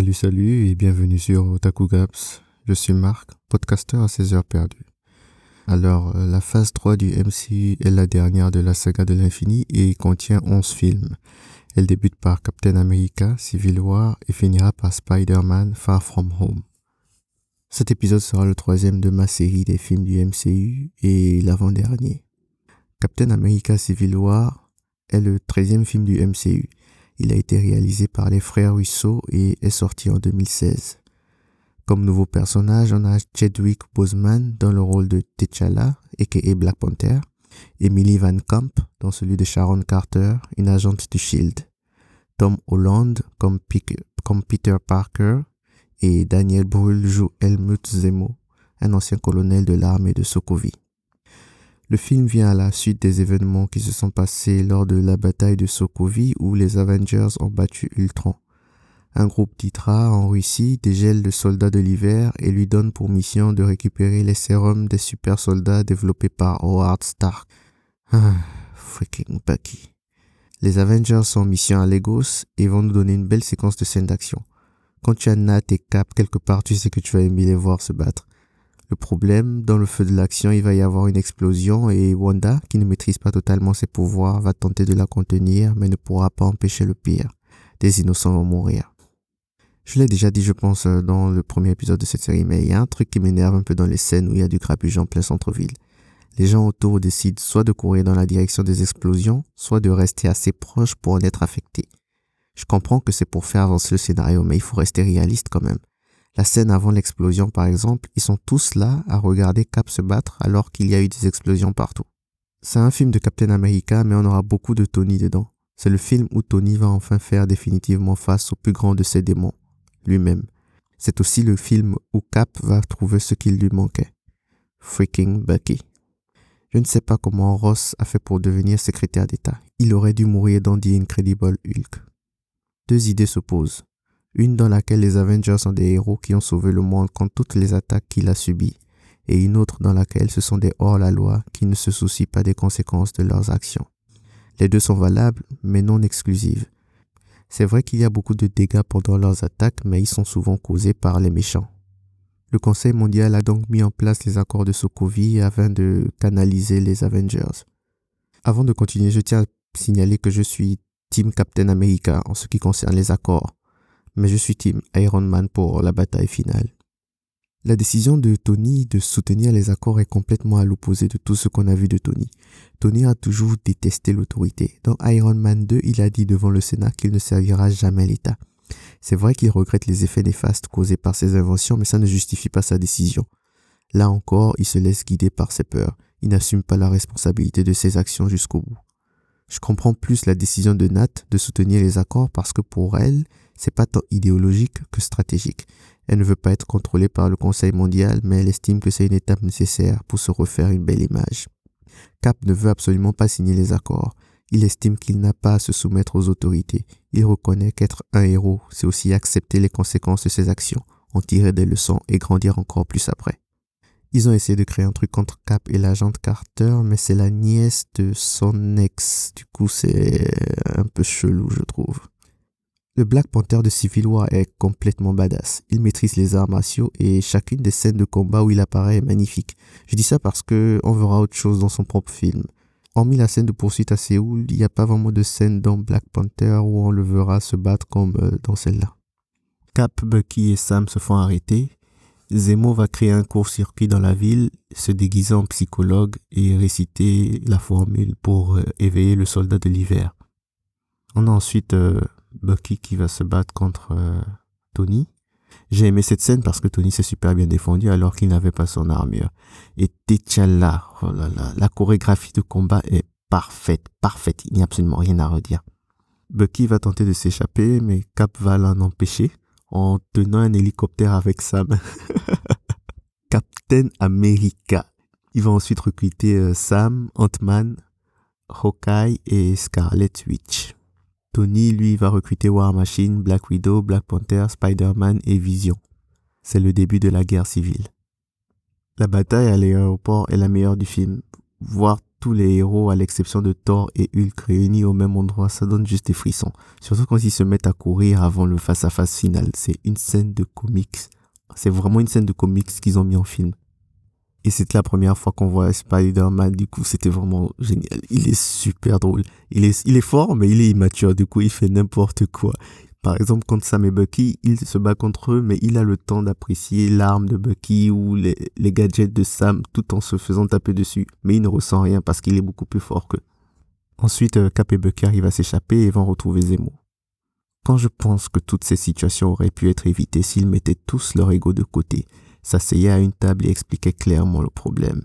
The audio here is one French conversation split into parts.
Salut et bienvenue sur Otaku Gaps. Je suis Marc, podcasteur à 16 heures perdues. Alors, la phase 3 du MCU est la dernière de la saga de l'infini et contient 11 films. Elle débute par Captain America, Civil War et finira par Spider-Man Far From Home. Cet épisode sera le troisième de ma série des films du MCU et l'avant-dernier. Captain America Civil War est le 13e film du MCU. Il a été réalisé par les frères Russo et est sorti en 2016. Comme nouveau personnage, on a Chadwick Boseman dans le rôle de T'Challa, a.k.a. Black Panther, Emily Van Camp dans celui de Sharon Carter, une agente du SHIELD, Tom Holland comme Peter Parker et Daniel Brühl joue Helmut Zemo, un ancien colonel de l'armée de Sokovie. Le film vient à la suite des événements qui se sont passés lors de la bataille de Sokovie où les Avengers ont battu Ultron. Un groupe d'Hydra en Russie dégèle le soldat de l'hiver et lui donne pour mission de récupérer les sérums des super soldats développés par Howard Stark. Freaking Bucky. Les Avengers sont en mission à Lagos et vont nous donner une belle séquence de scènes d'action. Quand tu as Nat et Cap quelque part, tu sais que tu vas aimer les voir se battre. Le problème, dans le feu de l'action, il va y avoir une explosion et Wanda, qui ne maîtrise pas totalement ses pouvoirs, va tenter de la contenir mais ne pourra pas empêcher le pire. Des innocents vont mourir. Je l'ai déjà dit, je pense, dans le premier épisode de cette série, mais il y a un truc qui m'énerve un peu dans les scènes où il y a du grabuge en plein centre-ville. Les gens autour décident soit de courir dans la direction des explosions, soit de rester assez proches pour en être affectés. Je comprends que c'est pour faire avancer le scénario, mais il faut rester réaliste quand même. La scène avant l'explosion, par exemple, ils sont tous là à regarder Cap se battre alors qu'il y a eu des explosions partout. C'est un film de Captain America, mais on aura beaucoup de Tony dedans. C'est le film où Tony va enfin faire définitivement face au plus grand de ses démons, lui-même. C'est aussi le film où Cap va trouver ce qu'il lui manquait. Freaking Bucky. Je ne sais pas comment Ross a fait pour devenir secrétaire d'État. Il aurait dû mourir dans The Incredible Hulk. Deux idées s'opposent. Une dans laquelle les Avengers sont des héros qui ont sauvé le monde contre toutes les attaques qu'il a subies, et une autre dans laquelle ce sont des hors-la-loi qui ne se soucient pas des conséquences de leurs actions. Les deux sont valables, mais non exclusives. C'est vrai qu'il y a beaucoup de dégâts pendant leurs attaques, mais ils sont souvent causés par les méchants. Le Conseil mondial a donc mis en place les accords de Sokovie afin de canaliser les Avengers. Avant de continuer, je tiens à signaler que je suis Team Captain America en ce qui concerne les accords. Mais je suis Team Iron Man pour la bataille finale. La décision de Tony de soutenir les accords est complètement à l'opposé de tout ce qu'on a vu de Tony. Tony a toujours détesté l'autorité. Dans Iron Man 2, il a dit devant le Sénat qu'il ne servira jamais l'État. C'est vrai qu'il regrette les effets néfastes causés par ses inventions, mais ça ne justifie pas sa décision. Là encore, il se laisse guider par ses peurs. Il n'assume pas la responsabilité de ses actions jusqu'au bout. Je comprends plus la décision de Nat de soutenir les accords parce que pour elle, c'est pas tant idéologique que stratégique. Elle ne veut pas être contrôlée par le Conseil mondial, mais elle estime que c'est une étape nécessaire pour se refaire une belle image. Cap ne veut absolument pas signer les accords. Il estime qu'il n'a pas à se soumettre aux autorités. Il reconnaît qu'être un héros, c'est aussi accepter les conséquences de ses actions, en tirer des leçons et grandir encore plus après. Ils ont essayé de créer un truc contre Cap et l'agente Carter, mais c'est la nièce de son ex. Du coup, c'est un peu chelou, je trouve. Le Black Panther de Civil War est complètement badass. Il maîtrise les arts martiaux et chacune des scènes de combat où il apparaît est magnifique. Je dis ça parce que on verra autre chose dans son propre film. Hormis la scène de poursuite à Séoul, il n'y a pas vraiment de scène dans Black Panther où on le verra se battre comme dans celle-là. Cap, Bucky et Sam se font arrêter. Zemo va créer un court-circuit dans la ville, se déguiser en psychologue et réciter la formule pour éveiller le soldat de l'hiver. On a ensuite Bucky qui va se battre contre Tony. J'ai aimé cette scène parce que Tony s'est super bien défendu alors qu'il n'avait pas son armure. Et T'Challa, oh là là, la chorégraphie de combat est parfaite. Il n'y a absolument rien à redire. Bucky va tenter de s'échapper, mais Cap va l'en empêcher en tenant un hélicoptère avec Sam. Captain America. Il va ensuite recruter Sam, Ant-Man, Hawkeye et Scarlet Witch. Tony, lui, va recruter War Machine, Black Widow, Black Panther, Spider-Man et Vision. C'est le début de la guerre civile. La bataille à l'aéroport est la meilleure du film. Voir tous les héros, à l'exception de Thor et Hulk, réunis au même endroit, ça donne juste des frissons. Surtout quand ils se mettent à courir avant le face-à-face final. C'est une scène de comics. C'est vraiment une scène de comics qu'ils ont mis en film. Et c'était la première fois qu'on voit Spider-Man, du coup c'était vraiment génial. Il est super drôle. Il est fort, mais il est immature, du coup il fait n'importe quoi. Par exemple, quand Sam et Bucky, il se bat contre eux, mais il a le temps d'apprécier l'arme de Bucky ou les gadgets de Sam tout en se faisant taper dessus. Mais il ne ressent rien parce qu'il est beaucoup plus fort qu'eux. Ensuite, Cap et Bucky arrivent à s'échapper et vont retrouver Zemo. Quand je pense que toutes ces situations auraient pu être évitées s'ils mettaient tous leur ego de côté, s'asseyaient à une table et expliquaient clairement le problème.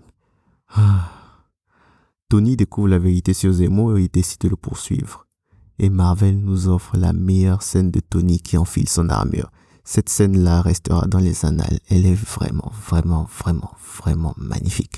Tony découvre la vérité sur Zemo et il décide de le poursuivre. Et Marvel nous offre la meilleure scène de Tony qui enfile son armure. Cette scène-là restera dans les annales. Elle est vraiment, vraiment, vraiment, vraiment magnifique.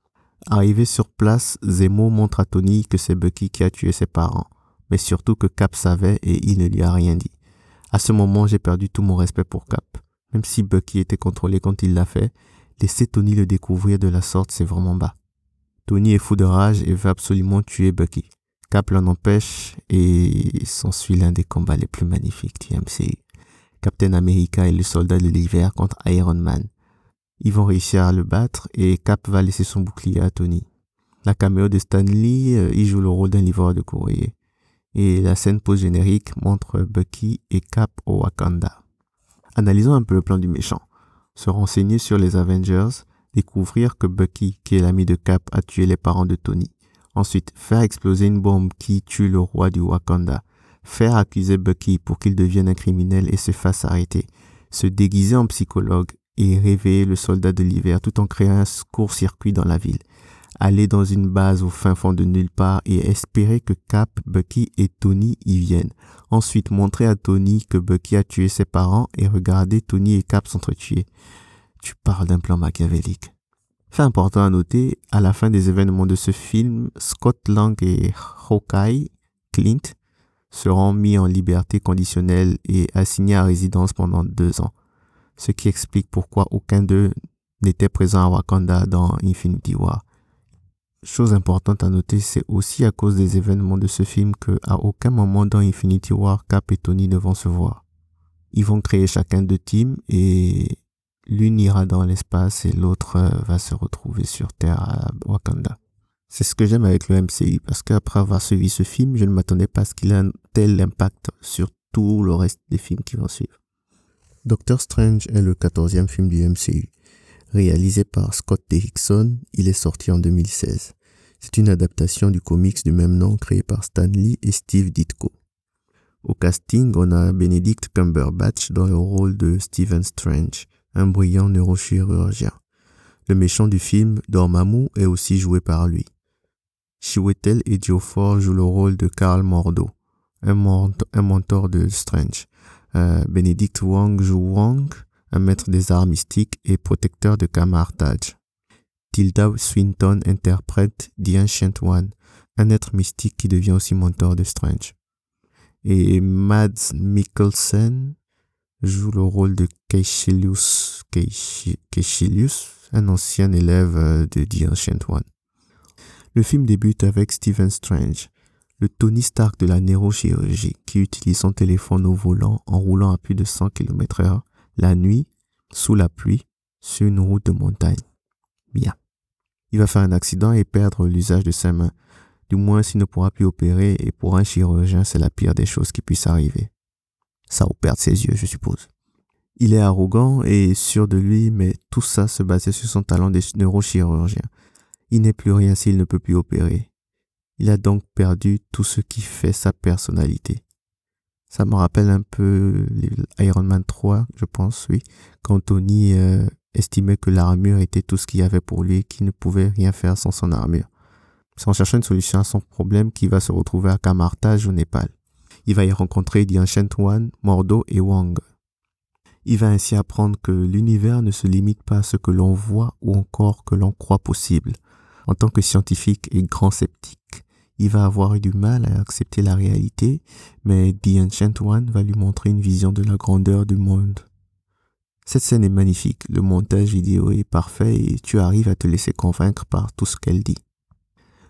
Arrivé sur place, Zemo montre à Tony que c'est Bucky qui a tué ses parents, mais surtout que Cap savait et il ne lui a rien dit. À ce moment, j'ai perdu tout mon respect pour Cap. Même si Bucky était contrôlé quand il l'a fait, laisser Tony le découvrir de la sorte, c'est vraiment bas. Tony est fou de rage et veut absolument tuer Bucky. Cap l'en empêche et s'ensuit l'un des combats les plus magnifiques du MCU. Captain America et le soldat de l'hiver contre Iron Man. Ils vont réussir à le battre et Cap va laisser son bouclier à Tony. La caméo de Stan Lee, il joue le rôle d'un livreur de courrier. Et la scène post-générique montre Bucky et Cap au Wakanda. Analysons un peu le plan du méchant. Se renseigner sur les Avengers, découvrir que Bucky, qui est l'ami de Cap, a tué les parents de Tony. Ensuite, faire exploser une bombe qui tue le roi du Wakanda. Faire accuser Bucky pour qu'il devienne un criminel et se fasse arrêter. Se déguiser en psychologue et réveiller le soldat de l'hiver tout en créant un court-circuit dans la ville. Aller dans une base au fin fond de nulle part et espérer que Cap, Bucky et Tony y viennent. Ensuite, montrer à Tony que Bucky a tué ses parents et regarder Tony et Cap s'entretuer. Tu parles d'un plan machiavélique. Fait important à noter, à la fin des événements de ce film, Scott Lang et Hawkeye, Clint, seront mis en liberté conditionnelle et assignés à résidence pendant 2 ans. Ce qui explique pourquoi aucun d'eux n'était présent à Wakanda dans Infinity War. Chose importante à noter, c'est aussi à cause des événements de ce film que à aucun moment dans Infinity War, Cap et Tony ne vont se voir. Ils vont créer chacun 2 teams et l'une ira dans l'espace et l'autre va se retrouver sur Terre à Wakanda. C'est ce que j'aime avec le MCU parce qu'après avoir suivi ce film, je ne m'attendais pas à ce qu'il ait un tel impact sur tout le reste des films qui vont suivre. Doctor Strange est le 14e film du MCU. Réalisé par Scott Derrickson, il est sorti en 2016. C'est une adaptation du comics du même nom créé par Stan Lee et Steve Ditko. Au casting, on a Benedict Cumberbatch dans le rôle de Stephen Strange, un brillant neurochirurgien. Le méchant du film, Dormammu, est aussi joué par lui. Chiwetel Ejiofor joue le rôle de Karl Mordo, un mentor de Strange. Benedict Wong joue Wong, un maître des arts mystiques et protecteur de Kamar Taj. Tilda Swinton interprète The Ancient One, un être mystique qui devient aussi mentor de Strange. Et Mads Mikkelsen joue le rôle de Caecilius, un ancien élève de The Ancient One. Le film débute avec Stephen Strange, le Tony Stark de la neurochirurgie, qui utilise son téléphone au volant en roulant à plus de 100 km/h, la nuit, sous la pluie, sur une route de montagne. Bien. Il va faire un accident et perdre l'usage de ses mains. Du moins, s'il ne pourra plus opérer, et pour un chirurgien, c'est la pire des choses qui puisse arriver. Ça ou perdre ses yeux, je suppose. Il est arrogant et sûr de lui, mais tout ça se basait sur son talent de neurochirurgien. Il n'est plus rien s'il ne peut plus opérer. Il a donc perdu tout ce qui fait sa personnalité. Ça me rappelle un peu Iron Man 3, je pense, oui, quand Tony estimait que l'armure était tout ce qu'il y avait pour lui et qu'il ne pouvait rien faire sans son armure. C'est en cherchant une solution à son problème qu'il va se retrouver à Kamar Taj au Népal. Il va y rencontrer The Ancient One, Mordo et Wong. Il va ainsi apprendre que l'univers ne se limite pas à ce que l'on voit ou encore que l'on croit possible. En tant que scientifique et grand sceptique, il va avoir eu du mal à accepter la réalité, mais The Ancient One va lui montrer une vision de la grandeur du monde. Cette scène est magnifique, le montage vidéo est parfait et tu arrives à te laisser convaincre par tout ce qu'elle dit.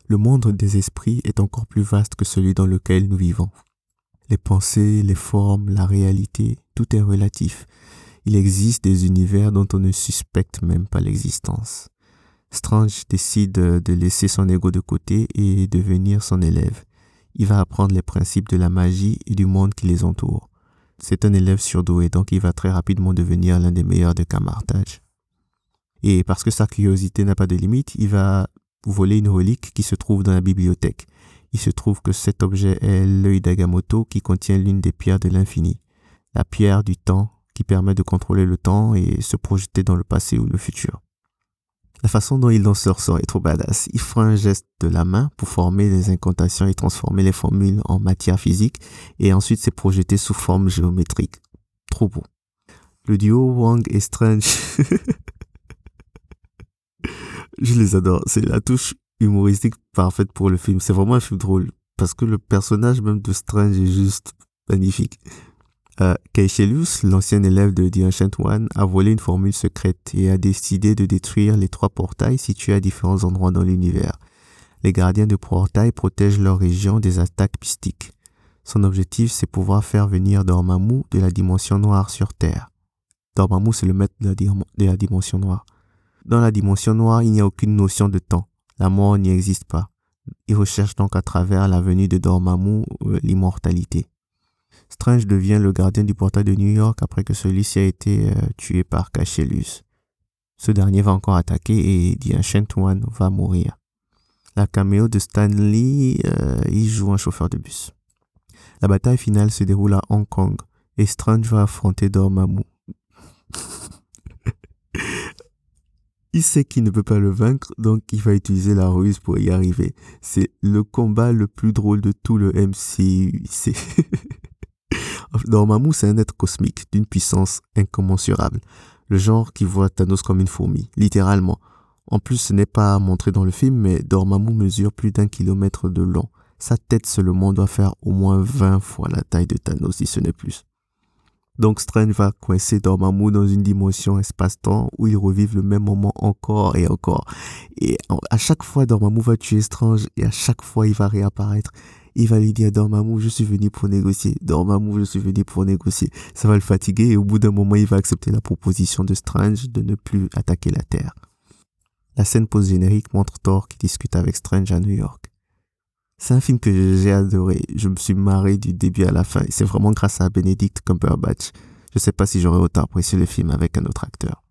Le monde des esprits est encore plus vaste que celui dans lequel nous vivons. Les pensées, les formes, la réalité, tout est relatif. Il existe des univers dont on ne suspecte même pas l'existence. Strange décide de laisser son ego de côté et devenir son élève. Il va apprendre les principes de la magie et du monde qui les entoure. C'est un élève surdoué, donc il va très rapidement devenir l'un des meilleurs de Camartage. Et parce que sa curiosité n'a pas de limite, il va voler une relique qui se trouve dans la bibliothèque. Il se trouve que cet objet est l'œil d'Agamotto qui contient l'une des pierres de l'infini. La pierre du temps qui permet de contrôler le temps et se projeter dans le passé ou le futur. La façon dont il en sort est trop badass. Il fera un geste de la main pour former des incantations et transformer les formules en matière physique et ensuite c'est projeté sous forme géométrique. Trop beau. Le duo Wong et Strange, je les adore. C'est la touche humoristique parfaite pour le film. C'est vraiment un film drôle parce que le personnage même de Strange est juste magnifique. Caecilius, l'ancien élève de The Ancient One, a volé une formule secrète et a décidé de détruire les 3 portails situés à différents endroits dans l'univers. Les gardiens de portails protègent leur région des attaques mystiques. Son objectif, c'est pouvoir faire venir Dormammu de la dimension noire sur Terre. Dormammu, c'est le maître de la dimension noire. Dans la dimension noire, il n'y a aucune notion de temps. La mort n'y existe pas. Il recherche donc à travers la venue de Dormammu l'immortalité. Strange devient le gardien du portail de New York après que celui-ci a été tué par Caecilius. Ce dernier va encore attaquer et The Ancient One va mourir. La caméo de Stan Lee, il joue un chauffeur de bus. La bataille finale se déroule à Hong Kong et Strange va affronter Dormammu. Il sait qu'il ne peut pas le vaincre, donc il va utiliser la ruse pour y arriver. C'est le combat le plus drôle de tout le MCU. Dormammu, c'est un être cosmique d'une puissance incommensurable. Le genre qui voit Thanos comme une fourmi, littéralement. En plus, ce n'est pas montré dans le film, mais Dormammu mesure plus d'1 kilomètre de long. Sa tête seulement doit faire au moins 20 fois la taille de Thanos, si ce n'est plus. Donc Strange va coincer Dormammu dans une dimension espace-temps où ils revivent le même moment encore et encore. Et à chaque fois, Dormammu va tuer Strange et à chaque fois, il va réapparaître. Il va lui dire, Dormammu, je suis venu pour négocier. Dormammu, je suis venu pour négocier. Ça va le fatiguer et au bout d'un moment, il va accepter la proposition de Strange de ne plus attaquer la Terre. La scène post-générique montre Thor qui discute avec Strange à New York. C'est un film que j'ai adoré. Je me suis marré du début à la fin. C'est vraiment grâce à Benedict Cumberbatch. Je sais pas si j'aurais autant apprécié le film avec un autre acteur.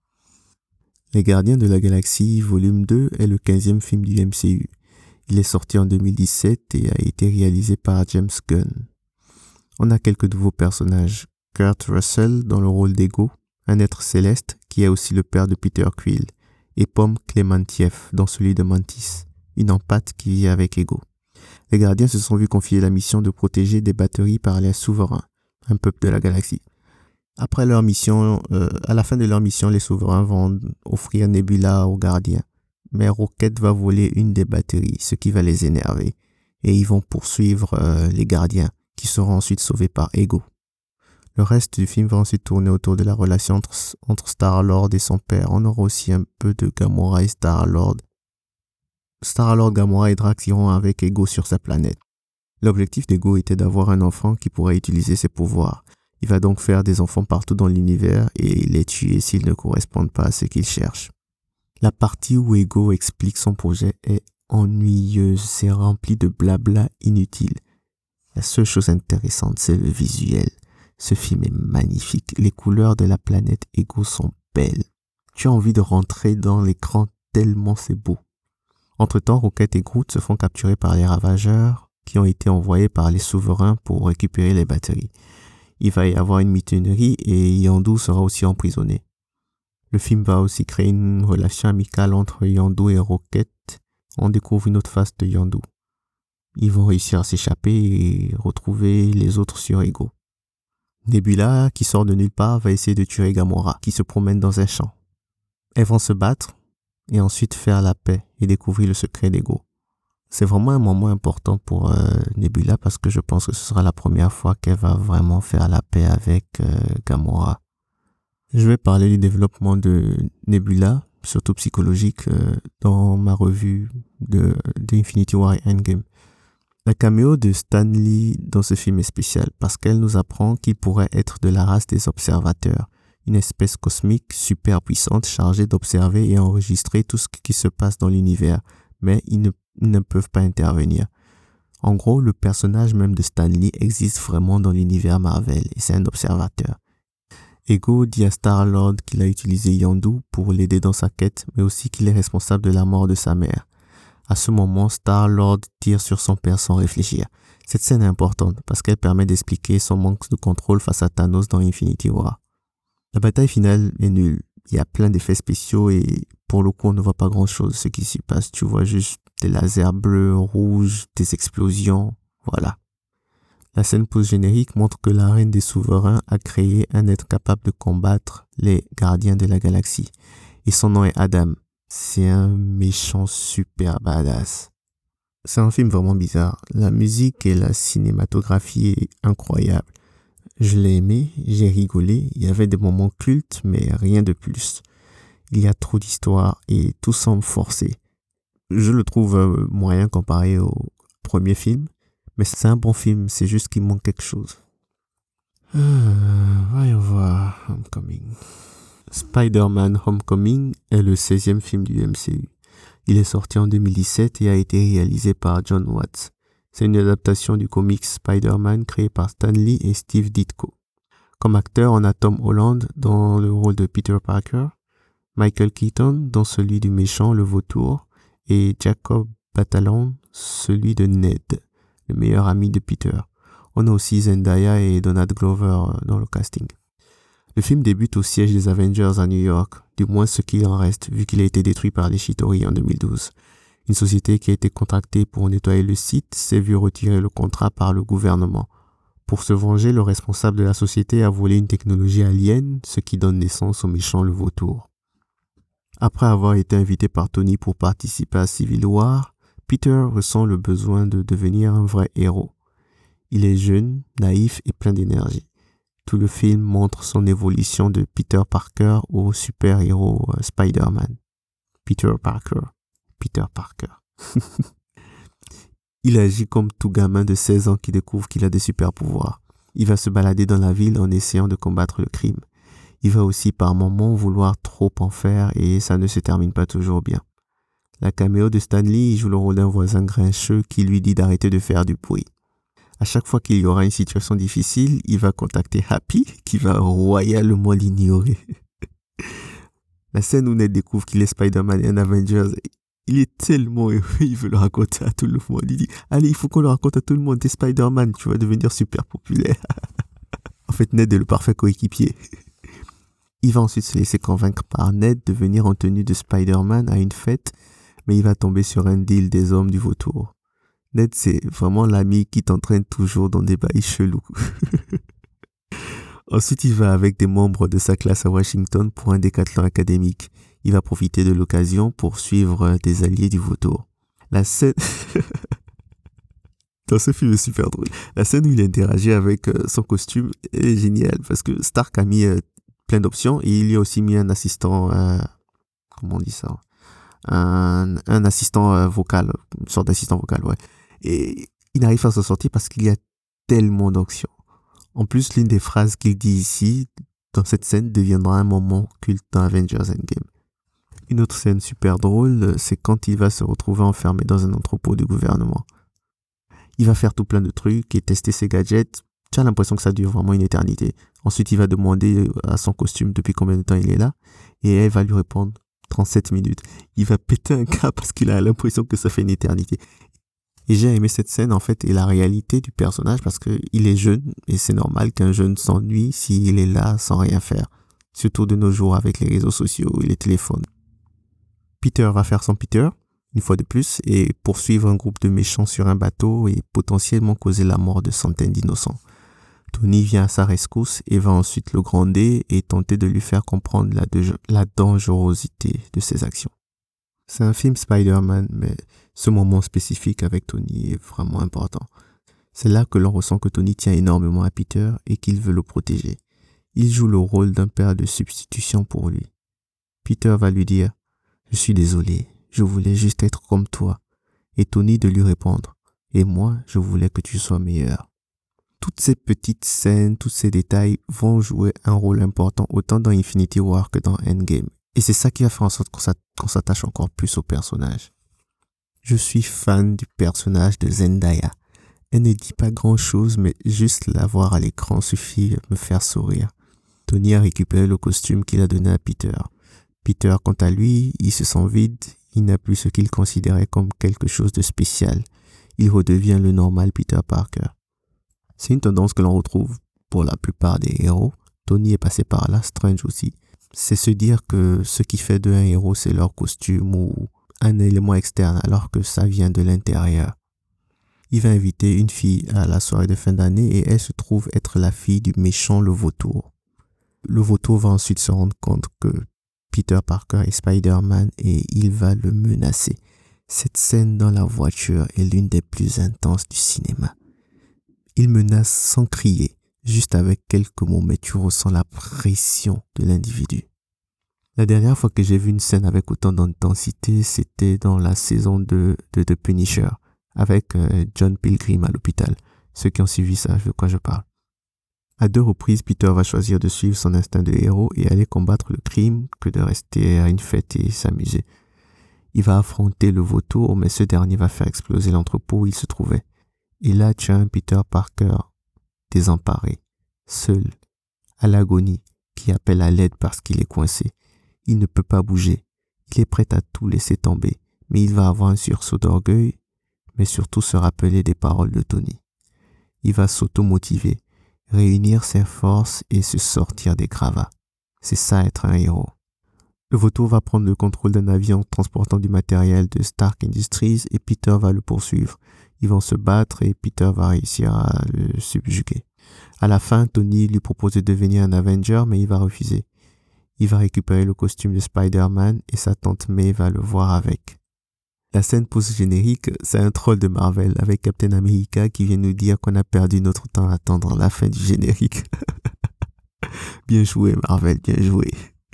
Les Gardiens de la Galaxie, volume 2, est le 15e film du MCU. Il est sorti en 2017 et a été réalisé par James Gunn. On a quelques nouveaux personnages. Kurt Russell dans le rôle d'Ego, un être céleste qui est aussi le père de Peter Quill, et Pom Klementieff dans celui de Mantis, une empathe qui vit avec Ego. Les gardiens se sont vus confier la mission de protéger des batteries par les souverains, un peuple de la galaxie. Après leur mission, à la fin de leur mission, les souverains vont offrir Nebula aux gardiens. Mais Rocket va voler une des batteries, ce qui va les énerver. Et ils vont poursuivre les gardiens, qui seront ensuite sauvés par Ego. Le reste du film va ensuite tourner autour de la relation entre Star-Lord et son père. On aura aussi un peu de Gamora et Star-Lord. Star-Lord, Gamora et Drax iront avec Ego sur sa planète. L'objectif d'Ego était d'avoir un enfant qui pourrait utiliser ses pouvoirs. Il va donc faire des enfants partout dans l'univers et les tuer s'ils ne correspondent pas à ce qu'il cherche. La partie où Ego explique son projet est ennuyeuse, c'est rempli de blabla inutile. La seule chose intéressante, c'est le visuel. Ce film est magnifique. Les couleurs de la planète Ego sont belles. Tu as envie de rentrer dans l'écran tellement c'est beau. Entre-temps, Rocket et Groot se font capturer par les ravageurs qui ont été envoyés par les souverains pour récupérer les batteries. Il va y avoir une mutinerie et Yondu sera aussi emprisonné. Le film va aussi créer une relation amicale entre Yondu et Rocket. On découvre une autre face de Yondu. Ils vont réussir à s'échapper et retrouver les autres sur Ego. Nebula, qui sort de nulle part, va essayer de tuer Gamora, qui se promène dans un champ. Elles vont se battre et ensuite faire la paix et découvrir le secret d'Ego. C'est vraiment un moment important pour Nebula parce que je pense que ce sera la première fois qu'elle va vraiment faire la paix avec Gamora. Je vais parler du développement de Nebula. surtout psychologique, dans ma revue de Infinity War et Endgame. La caméo de Stan Lee dans ce film est spéciale parce qu'elle nous apprend qu'il pourrait être de la race des observateurs, une espèce cosmique super puissante chargée d'observer et enregistrer tout ce qui se passe dans l'univers, mais ils ne peuvent pas intervenir. En gros, le personnage même de Stan Lee existe vraiment dans l'univers Marvel et c'est un observateur. Ego dit à Star-Lord qu'il a utilisé Yondu pour l'aider dans sa quête, mais aussi qu'il est responsable de la mort de sa mère. À ce moment, Star-Lord tire sur son père sans réfléchir. Cette scène est importante parce qu'elle permet d'expliquer son manque de contrôle face à Thanos dans Infinity War. La bataille finale est nulle. Il y a plein d'effets spéciaux et pour le coup, on ne voit pas grand-chose ce qui s'y passe. Tu vois juste des lasers bleus, rouges, des explosions, voilà. La scène post-générique montre que la Reine des Souverains a créé un être capable de combattre les Gardiens de la Galaxie. Et son nom est Adam. C'est un méchant super badass. C'est un film vraiment bizarre. La musique et la cinématographie est incroyable. Je l'ai aimé, j'ai rigolé, il y avait des moments cultes, mais rien de plus. Il y a trop d'histoires et tout semble forcé. Je le trouve moyen comparé au premier film, mais c'est un bon film, c'est juste qu'il manque quelque chose. Voyons voir, Homecoming. Spider-Man Homecoming est le 16e film du MCU. Il est sorti en 2017 et a été réalisé par John Watts. C'est une adaptation du comics Spider-Man créé par Stan Lee et Steve Ditko. Comme acteur, on a Tom Holland dans le rôle de Peter Parker, Michael Keaton dans celui du méchant, le vautour, et Jacob Batalon, celui de Ned, le meilleur ami de Peter. On a aussi Zendaya et Donald Glover dans le casting. Le film débute au siège des Avengers à New York, du moins ce qu'il en reste, vu qu'il a été détruit par les Chitauri en 2012. Une société qui a été contractée pour nettoyer le site s'est vue retirer le contrat par le gouvernement. Pour se venger, le responsable de la société a volé une technologie alien, ce qui donne naissance au méchant le vautour. Après avoir été invité par Tony pour participer à Civil War, Peter ressent le besoin de devenir un vrai héros. Il est jeune, naïf et plein d'énergie. Tout le film montre son évolution de Peter Parker au super-héros Spider-Man. Peter Parker. Il agit comme tout gamin de 16 ans qui découvre qu'il a des super-pouvoirs. Il va se balader dans la ville en essayant de combattre le crime. Il va aussi par moments vouloir trop en faire et ça ne se termine pas toujours bien. La caméo de Stan Lee joue le rôle d'un voisin grincheux qui lui dit d'arrêter de faire du bruit. À chaque fois qu'il y aura une situation difficile, il va contacter Happy qui va royalement l'ignorer. La scène où Ned découvre qu'il est Spider-Man et un Avengers, il est tellement heureux, il veut le raconter à tout le monde. Il dit, allez, il faut qu'on le raconte à tout le monde, t'es Spider-Man, tu vas devenir super populaire. En fait, Ned est le parfait coéquipier. Il va ensuite se laisser convaincre par Ned de venir en tenue de Spider-Man à une fête, mais il va tomber sur un deal des hommes du vautour. Ned, c'est vraiment l'ami qui t'entraîne toujours dans des bails chelous. Ensuite, il va avec des membres de sa classe à Washington pour un décathlon académique. Il va profiter de l'occasion pour suivre des alliés du vautour. La scène... Dans ce film est super drôle. La scène où il interagit avec son costume est géniale parce que Stark a mis plein d'options et il y a aussi mis un assistant... comment on dit ça ? Un assistant vocal, une sorte d'assistant vocal, ouais. Et il n'arrive pas à s'en sortir parce qu'il y a tellement d'options. En plus, l'une des phrases qu'il dit ici, dans cette scène, deviendra un moment culte dans Avengers Endgame. Une autre scène super drôle, c'est quand il va se retrouver enfermé dans un entrepôt du gouvernement. Il va faire tout plein de trucs et tester ses gadgets. Tu as l'impression que ça dure vraiment une éternité. Ensuite, il va demander à son costume depuis combien de temps il est là. Et elle va lui répondre 37 minutes. Il va péter un câble parce qu'il a l'impression que ça fait une éternité. Et j'ai aimé cette scène en fait et la réalité du personnage parce qu'il est jeune et c'est normal qu'un jeune s'ennuie s'il est là sans rien faire. Surtout de nos jours avec les réseaux sociaux et les téléphones. Peter va faire son Peter, une fois de plus, et poursuivre un groupe de méchants sur un bateau et potentiellement causer la mort de centaines d'innocents. Tony vient à sa rescousse et va ensuite le gronder et tenter de lui faire comprendre la dangerosité de ses actions. C'est un film Spider-Man, mais ce moment spécifique avec Tony est vraiment important. C'est là que l'on ressent que Tony tient énormément à Peter et qu'il veut le protéger. Il joue le rôle d'un père de substitution pour lui. Peter va lui dire Je suis désolé, je voulais juste être comme toi. Et Tony de lui répondre, et moi, je voulais que tu sois meilleur. Toutes ces petites scènes, tous ces détails vont jouer un rôle important autant dans Infinity War que dans Endgame. Et c'est ça qui va faire en sorte qu'on s'attache encore plus au personnage. Je suis fan du personnage de Zendaya. Elle ne dit pas grand chose, mais juste la voir à l'écran suffit à me faire sourire. Tony a récupéré le costume qu'il a donné à Peter. Peter, quant à lui, il se sent vide, il n'a plus ce qu'il considérait comme quelque chose de spécial. Il redevient le normal Peter Parker. C'est une tendance que l'on retrouve pour la plupart des héros. Tony est passé par là, Strange aussi. C'est se dire que ce qui fait d'eux un héros, c'est leur costume ou un élément externe, alors que ça vient de l'intérieur. Il va inviter une fille à la soirée de fin d'année et elle se trouve être la fille du méchant le vautour. Le vautour va ensuite se rendre compte que Peter Parker est Spider-Man et il va le menacer. Cette scène dans la voiture est l'une des plus intenses du cinéma. Il menace sans crier, juste avec quelques mots, mais tu ressens la pression de l'individu. La dernière fois que j'ai vu une scène avec autant d'intensité, c'était dans la saison 2 de The Punisher, avec John Pilgrim à l'hôpital. Ceux qui ont suivi savent de quoi je parle. À 2 reprises, Peter va choisir de suivre son instinct de héros et aller combattre le crime que de rester à une fête et s'amuser. Il va affronter le vautour, mais ce dernier va faire exploser l'entrepôt où il se trouvait. Et là, tu as un Peter Parker désemparé, seul, à l'agonie, qui appelle à l'aide parce qu'il est coincé. Il ne peut pas bouger. Il est prêt à tout laisser tomber, mais il va avoir un sursaut d'orgueil, mais surtout se rappeler des paroles de Tony. Il va s'auto-motiver, réunir ses forces et se sortir des gravats. C'est ça être un héros. Le vautour va prendre le contrôle d'un avion transportant du matériel de Stark Industries et Peter va le poursuivre. Ils vont se battre et Peter va réussir à le subjuguer. À la fin, Tony lui propose de devenir un Avenger, mais il va refuser. Il va récupérer le costume de Spider-Man et sa tante May va le voir avec. La scène post-générique, c'est un troll de Marvel avec Captain America qui vient nous dire qu'on a perdu notre temps à attendre la fin du générique. Bien joué Marvel, bien joué.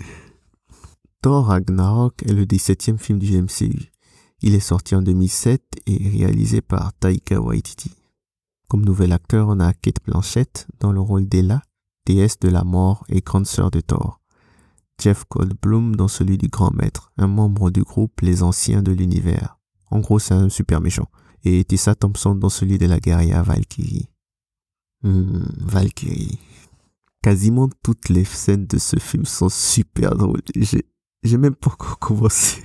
Thor Ragnarok est le 17e film du MCU. Il est sorti en 2007 et réalisé par Taika Waititi. Comme nouvel acteur, on a Cate Blanchett dans le rôle d'Ella, déesse de la mort et grande sœur de Thor. Jeff Goldblum dans celui du Grand Maître, un membre du groupe Les Anciens de l'Univers. En gros, c'est un super méchant. Et Tessa Thompson dans celui de la guerrière Valkyrie. Valkyrie. Quasiment toutes les scènes de ce film sont super drôles. J'ai même pas encore commencé.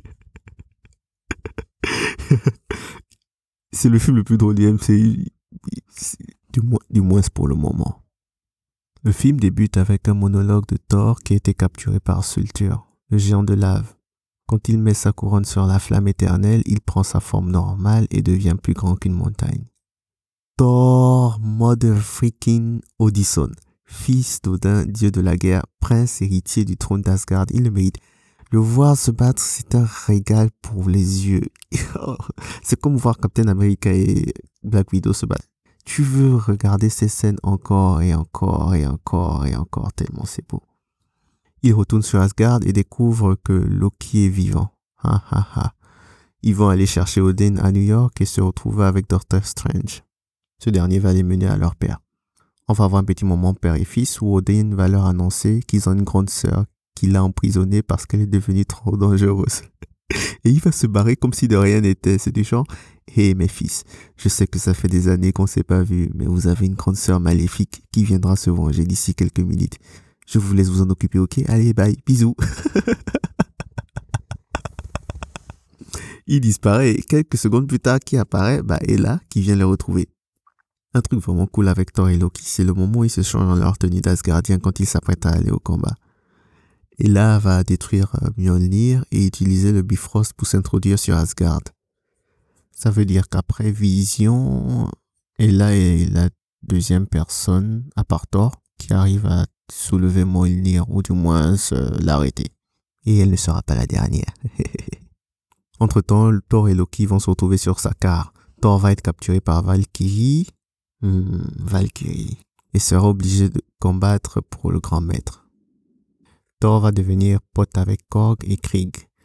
C'est le film le plus drôle du MCU, du moins pour le moment. Le film débute avec un monologue de Thor qui a été capturé par Surtur, le géant de lave. Quand il met sa couronne sur la flamme éternelle, il prend sa forme normale et devient plus grand qu'une montagne. Thor motherfucking Odysseus, fils d'Odin, dieu de la guerre, prince héritier du trône d'Asgard, il le mérite. Le voir se battre, c'est un régal pour les yeux. C'est comme voir Captain America et Black Widow se battre. Tu veux regarder ces scènes encore et encore et encore et encore tellement c'est beau. Il retourne sur Asgard et découvre que Loki est vivant. Ils vont aller chercher Odin à New York et se retrouver avec Doctor Strange. Ce dernier va les mener à leur père. On va avoir un petit moment père et fils où Odin va leur annoncer qu'ils ont une grande sœur qu'il a emprisonnée parce qu'elle est devenue trop dangereuse. Et il va se barrer comme si de rien n'était. C'est du genre, hé mes fils, je sais que ça fait des années qu'on s'est pas vu, mais vous avez une grande sœur maléfique qui viendra se venger d'ici quelques minutes. Je vous laisse vous en occuper, ok? Allez, bye, bisous. Il disparaît et quelques secondes plus tard, qui apparaît? Ella qui vient le retrouver. Un truc vraiment cool avec Thor et Loki, c'est le moment où ils se changent leur tenue d'Asgardien quand ils s'apprêtent à aller au combat. Ella va détruire Mjolnir et utiliser le Bifrost pour s'introduire sur Asgard. Ça veut dire qu'après Vision, Ella est la deuxième personne, à part Thor, qui arrive à soulever Mjolnir ou du moins l'arrêter. Et elle ne sera pas la dernière. Entre-temps, Thor et Loki vont se retrouver sur Sakaar. Thor va être capturé par Valkyrie. Valkyrie. Et sera obligé de combattre pour le grand maître. Thor va devenir pote avec Korg et Krieg.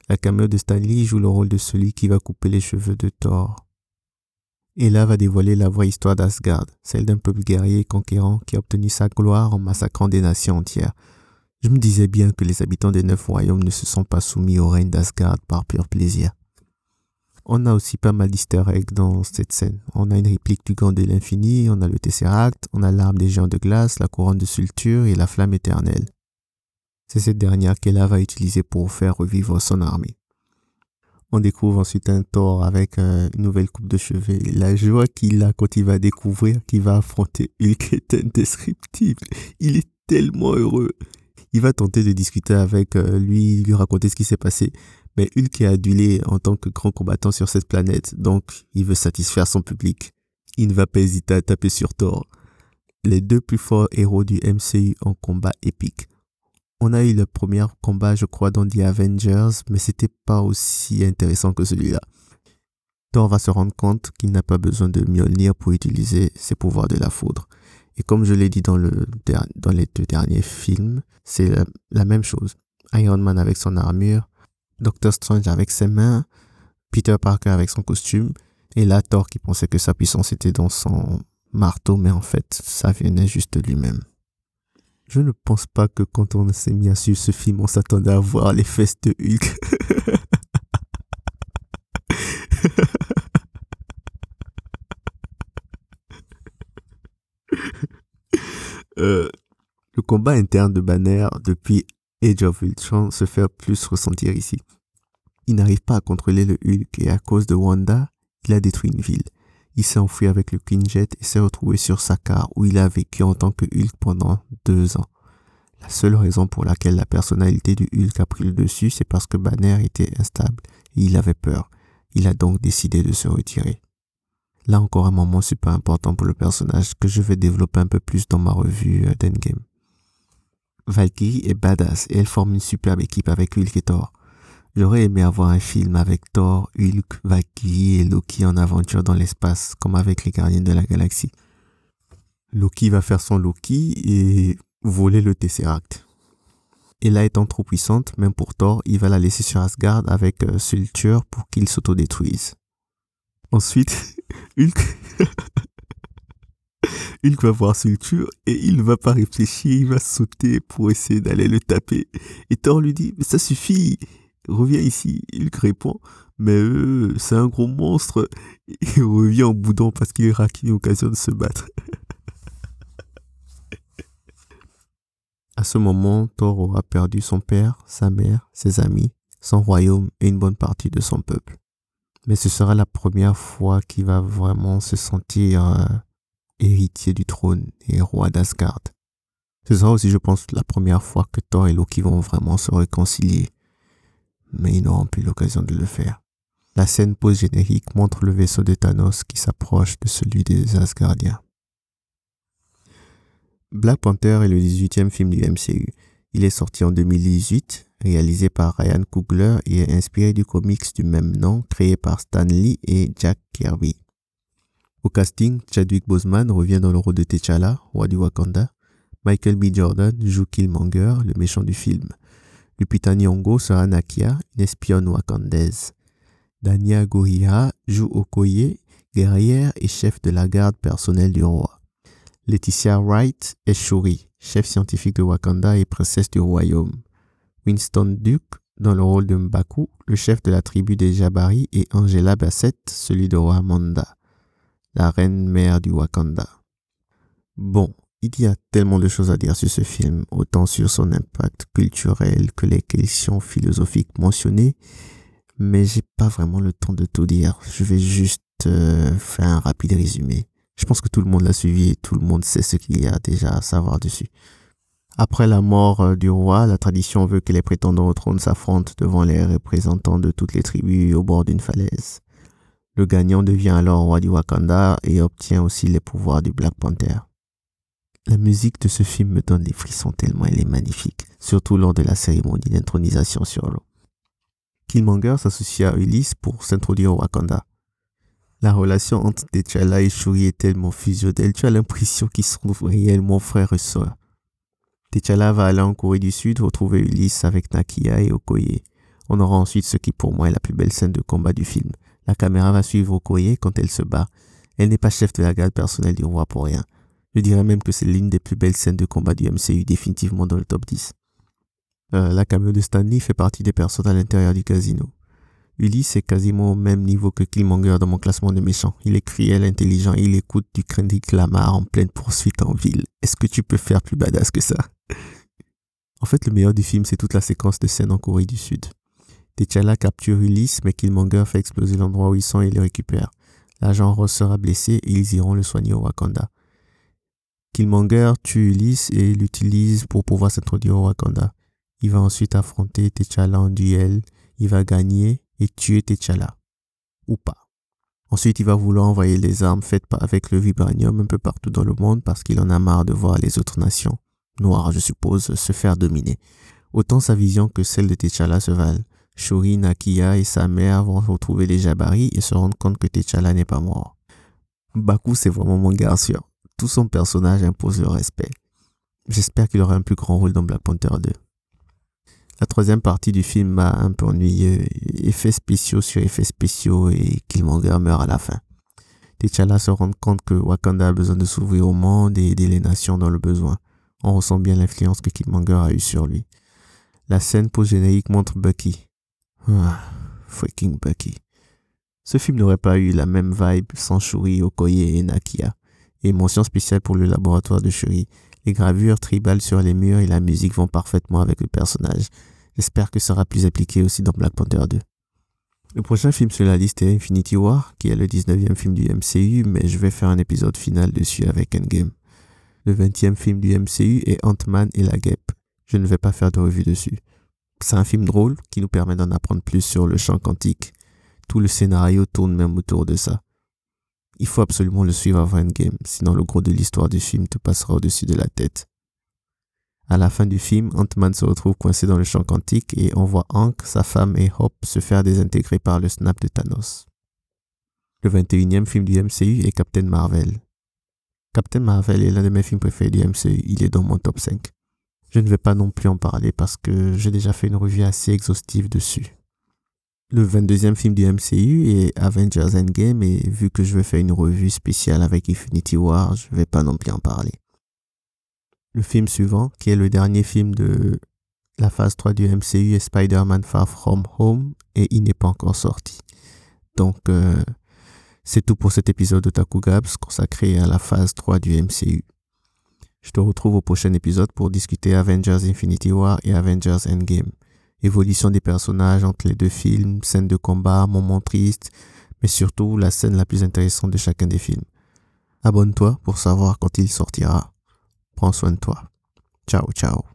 La caméo de Stan Lee joue le rôle de celui qui va couper les cheveux de Thor. Et là va dévoiler la vraie histoire d'Asgard, celle d'un peuple guerrier et conquérant qui a obtenu sa gloire en massacrant des nations entières. Je me disais bien que les habitants des 9 royaumes ne se sont pas soumis au règne d'Asgard par pur plaisir. On a aussi pas mal d'easter eggs dans cette scène. On a une réplique du gant de l'infini, on a le Tesseract, on a l'arme des géants de glace, la couronne de Sulture et la flamme éternelle. C'est cette dernière qu'Ella va utiliser pour faire revivre son armée. On découvre ensuite un Thor avec une nouvelle coupe de cheveux. La joie qu'il a quand il va découvrir qu'il va affronter Hulk est indescriptible. Il est tellement heureux. Il va tenter de discuter avec lui raconter ce qui s'est passé. Mais Hulk est adulé en tant que grand combattant sur cette planète, donc il veut satisfaire son public. Il ne va pas hésiter à taper sur Thor. Les deux plus forts héros du MCU en combat épique. On a eu le premier combat, je crois, dans The Avengers, mais c'était pas aussi intéressant que celui-là. Thor va se rendre compte qu'il n'a pas besoin de Mjolnir pour utiliser ses pouvoirs de la foudre. Et comme je l'ai dit dans les 2 derniers films, c'est la même chose. Iron Man avec son armure, Doctor Strange avec ses mains, Peter Parker avec son costume, et là Thor qui pensait que sa puissance était dans son marteau, mais en fait, ça venait juste de lui-même. Je ne pense pas que quand on s'est mis à suivre ce film, on s'attendait à voir les fesses de Hulk. Le combat interne de Banner depuis Age of Ultron se fait plus ressentir ici. Il n'arrive pas à contrôler le Hulk et à cause de Wanda, il a détruit une ville. Il s'est enfui avec le Quinjet et s'est retrouvé sur Sakaar où il a vécu en tant que Hulk pendant 2 ans. La seule raison pour laquelle la personnalité du Hulk a pris le dessus, c'est parce que Banner était instable et il avait peur. Il a donc décidé de se retirer. Là encore un moment super important pour le personnage que je vais développer un peu plus dans ma revue d'Endgame. Valkyrie est badass et elle forme une superbe équipe avec Hulk et Thor. J'aurais aimé avoir un film avec Thor, Hulk, Valkyrie et Loki en aventure dans l'espace, comme avec les Gardiens de la Galaxie. Loki va faire son Loki et voler le Tesseract. Ella étant trop puissante, même pour Thor, il va la laisser sur Asgard avec Sulture pour qu'il s'autodétruise. Ensuite, Hulk va voir Sulture et il ne va pas réfléchir, il va sauter pour essayer d'aller le taper. Et Thor lui dit « Mais ça suffit, reviens ici ». Hulk répond « Mais c'est un gros monstre ». Il revient en boudant parce qu'il rate une occasion de se battre. À ce moment, Thor aura perdu son père, sa mère, ses amis, son royaume et une bonne partie de son peuple. Mais ce sera la première fois qu'il va vraiment se sentir héritier du trône et roi d'Asgard. Ce sera aussi, je pense, la première fois que Thor et Loki vont vraiment se réconcilier. Mais ils n'auront plus l'occasion de le faire. La scène post-générique montre le vaisseau de Thanos qui s'approche de celui des Asgardiens. Black Panther est le 18e film du MCU. Il est sorti en 2018, réalisé par Ryan Coogler et est inspiré du comics du même nom créé par Stan Lee et Jack Kirby. Au casting, Chadwick Boseman revient dans le rôle de T'Challa, roi du Wakanda. Michael B. Jordan joue Killmonger, le méchant du film. Lupita Nyong'o sera Nakia, une espionne wakandaise. Dania Gurira joue Okoye, guerrière et chef de la garde personnelle du roi. Letitia Wright est Shuri, chef scientifique de Wakanda et princesse du royaume. Winston Duke dans le rôle de M'Baku, le chef de la tribu des Jabari, et Angela Bassett, celui de Ramonda, la reine-mère du Wakanda. Bon, il y a tellement de choses à dire sur ce film, autant sur son impact culturel que les questions philosophiques mentionnées, mais j'ai pas vraiment le temps de tout dire. Je vais juste faire un rapide résumé. Je pense que tout le monde l'a suivi et tout le monde sait ce qu'il y a déjà à savoir dessus. Après la mort du roi, la tradition veut que les prétendants au trône s'affrontent devant les représentants de toutes les tribus au bord d'une falaise. Le gagnant devient alors roi du Wakanda et obtient aussi les pouvoirs du Black Panther. La musique de ce film me donne des frissons tellement elle est magnifique, surtout lors de la cérémonie d'intronisation sur l'eau. Killmonger s'associe à Ulysse pour s'introduire au Wakanda. La relation entre T'Challa et Shuri est tellement fusionnelle, tu as l'impression qu'ils sont réellement frères et sœurs. T'Challa va aller en Corée du Sud retrouver Ulysse avec Nakia et Okoye. On aura ensuite ce qui pour moi est la plus belle scène de combat du film. La caméra va suivre Okoye quand elle se bat. Elle n'est pas chef de la garde personnelle du roi pour rien. Je dirais même que c'est l'une des plus belles scènes de combat du MCU, définitivement dans le top 10. La caméo de Stanley fait partie des personnes à l'intérieur du casino. Ulysse est quasiment au même niveau que Killmonger dans mon classement de méchants. Il est cruel, intelligent et il écoute du Kendrick Lamar en pleine poursuite en ville. Est-ce que tu peux faire plus badass que ça? En fait, le meilleur du film, c'est toute la séquence de scène en Corée du Sud. T'Challa capture Ulysse, mais Killmonger fait exploser l'endroit où ils sont et le récupère. L'agent Ross sera blessé et ils iront le soigner au Wakanda. Killmonger tue Ulysse et l'utilise pour pouvoir s'introduire au Wakanda. Il va ensuite affronter T'Challa en duel. Il va gagner et tuer T'Challa. Ou pas. Ensuite, il va vouloir envoyer les armes faites avec le vibranium un peu partout dans le monde parce qu'il en a marre de voir les autres nations, noires je suppose, se faire dominer. Autant sa vision que celle de T'Challa se valent. Shuri, Nakia et sa mère vont retrouver les Jabari et se rendre compte que T'Challa n'est pas mort. Baku, c'est vraiment mon garçon. Tout son personnage impose le respect. J'espère qu'il aura un plus grand rôle dans Black Panther 2. La troisième partie du film m'a un peu ennuyé. Effets spéciaux sur effets spéciaux et Killmonger meurt à la fin. T'Challa se rend compte que Wakanda a besoin de s'ouvrir au monde et aider les nations dans le besoin. On ressent bien l'influence que Killmonger a eue sur lui. La scène post-générique montre Bucky. Freaking Bucky. Ce film n'aurait pas eu la même vibe sans Shuri, Okoye et Nakia. Et mention spéciale pour le laboratoire de Shuri. Les gravures tribales sur les murs et la musique vont parfaitement avec le personnage. J'espère que ça sera plus appliqué aussi dans Black Panther 2. Le prochain film sur la liste est Infinity War, qui est le 19e film du MCU, mais je vais faire un épisode final dessus avec Endgame. Le 20e film du MCU est Ant-Man et la Guêpe. Je ne vais pas faire de revue dessus. C'est un film drôle qui nous permet d'en apprendre plus sur le champ quantique. Tout le scénario tourne même autour de ça. Il faut absolument le suivre avant Endgame, sinon le gros de l'histoire du film te passera au-dessus de la tête. À la fin du film, Ant-Man se retrouve coincé dans le champ quantique et on voit Hank, sa femme et Hope se faire désintégrer par le snap de Thanos. Le 21e film du MCU est Captain Marvel. Captain Marvel est l'un de mes films préférés du MCU, il est dans mon top 5. Je ne vais pas non plus en parler parce que j'ai déjà fait une revue assez exhaustive dessus. Le 22e film du MCU est Avengers Endgame et vu que je vais faire une revue spéciale avec Infinity War, je ne vais pas non plus en parler. Le film suivant, qui est le dernier film de la phase 3 du MCU, est Spider-Man Far From Home et il n'est pas encore sorti. Donc, c'est tout pour cet épisode de Taku Gabs consacré à la phase 3 du MCU. Je te retrouve au prochain épisode pour discuter Avengers Infinity War et Avengers Endgame. Évolution des personnages entre les deux films, scènes de combat, moments tristes, mais surtout la scène la plus intéressante de chacun des films. Abonne-toi pour savoir quand il sortira. Prends soin de toi. Ciao, ciao.